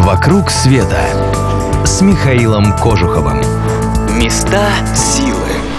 «Вокруг света» с Михаилом Кожуховым. Места силы.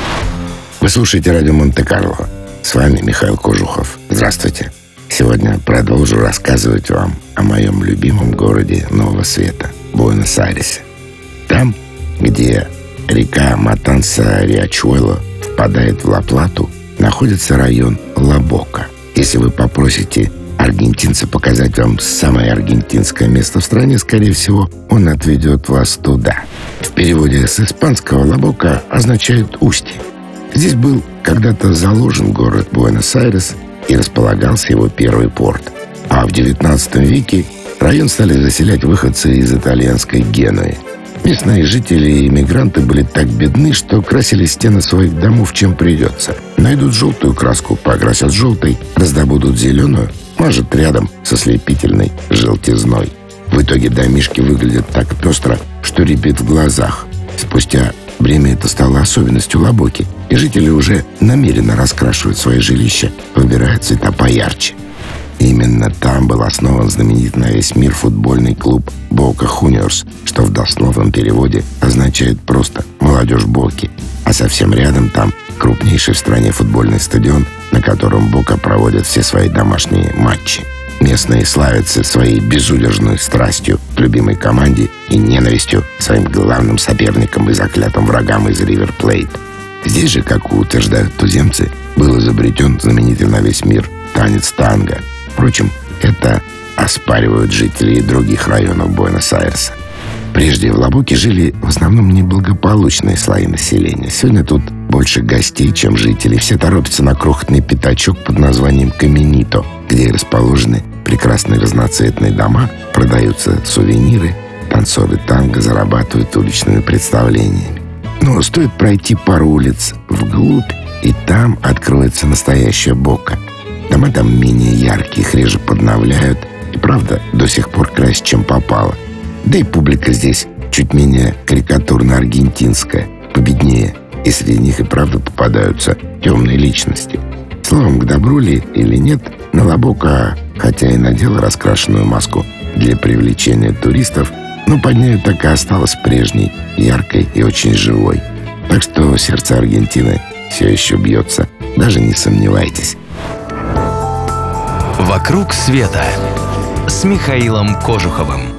Вы слушаете радио Монте-Карло. С вами Михаил Кожухов. Здравствуйте. Сегодня продолжу рассказывать вам о моем любимом городе Нового Света – Буэнос-Айресе. Там, где река Матанса-Риачуэло впадает в Ла-Плату, находится район Ла-Бока. Если вы попросите аргентинца показать вам самое аргентинское место в стране, скорее всего, он отведет вас туда. В переводе с испанского «Ла-Бока» означает «устье». Здесь был когда-то заложен город Буэнос-Айрес и располагался его первый порт. А в XIX веке район стали заселять выходцы из итальянской Генуи. Местные жители и иммигранты были так бедны, что красили стены своих домов чем придется. Найдут желтую краску, покрасят желтой, раздобудут зеленую, мажут рядом со слепительной желтизной. В итоге домишки выглядят так пестро, что рябит в глазах. Спустя время это стало особенностью Ла-Боки, и жители уже намеренно раскрашивают свои жилища, выбирая цвета поярче. Именно там был основан знаменитый на весь мир футбольный клуб «Бока Хуниорс», что в дословном переводе означает просто «молодежь Боки». А совсем рядом там крупнейший в стране футбольный стадион, на котором Бока проводит все свои домашние матчи. Местные славятся своей безудержной страстью к любимой команде и ненавистью к своим главным соперникам и заклятым врагам из Ривер Плейт. Здесь же, как утверждают туземцы, был изобретен знаменитый на весь мир танец танго. Впрочем, это оспаривают жители и других районов Буэнос-Айреса. Прежде в Ла-Боке жили в основном неблагополучные слои населения. Сегодня тут больше гостей, чем жителей. Все торопятся на крохотный пятачок под названием Каменито, где расположены прекрасные разноцветные дома, продаются сувениры, танцоры танго зарабатывают уличными представлениями. Но стоит пройти пару улиц вглубь, и там откроется настоящая Бока. Дома там менее яркие, их реже подновляют, и правда до сих пор краше, чем попало. Да и публика здесь чуть менее карикатурно-аргентинская, победнее, и среди них и правда попадаются темные личности. Словом, к добру ли или нет, на Ла-Бока, хотя и надела раскрашенную маску для привлечения туристов, но под нею так и осталась прежней, яркой и очень живой. Так что сердце Аргентины все еще бьется, даже не сомневайтесь. «Вокруг света» с Михаилом Кожуховым.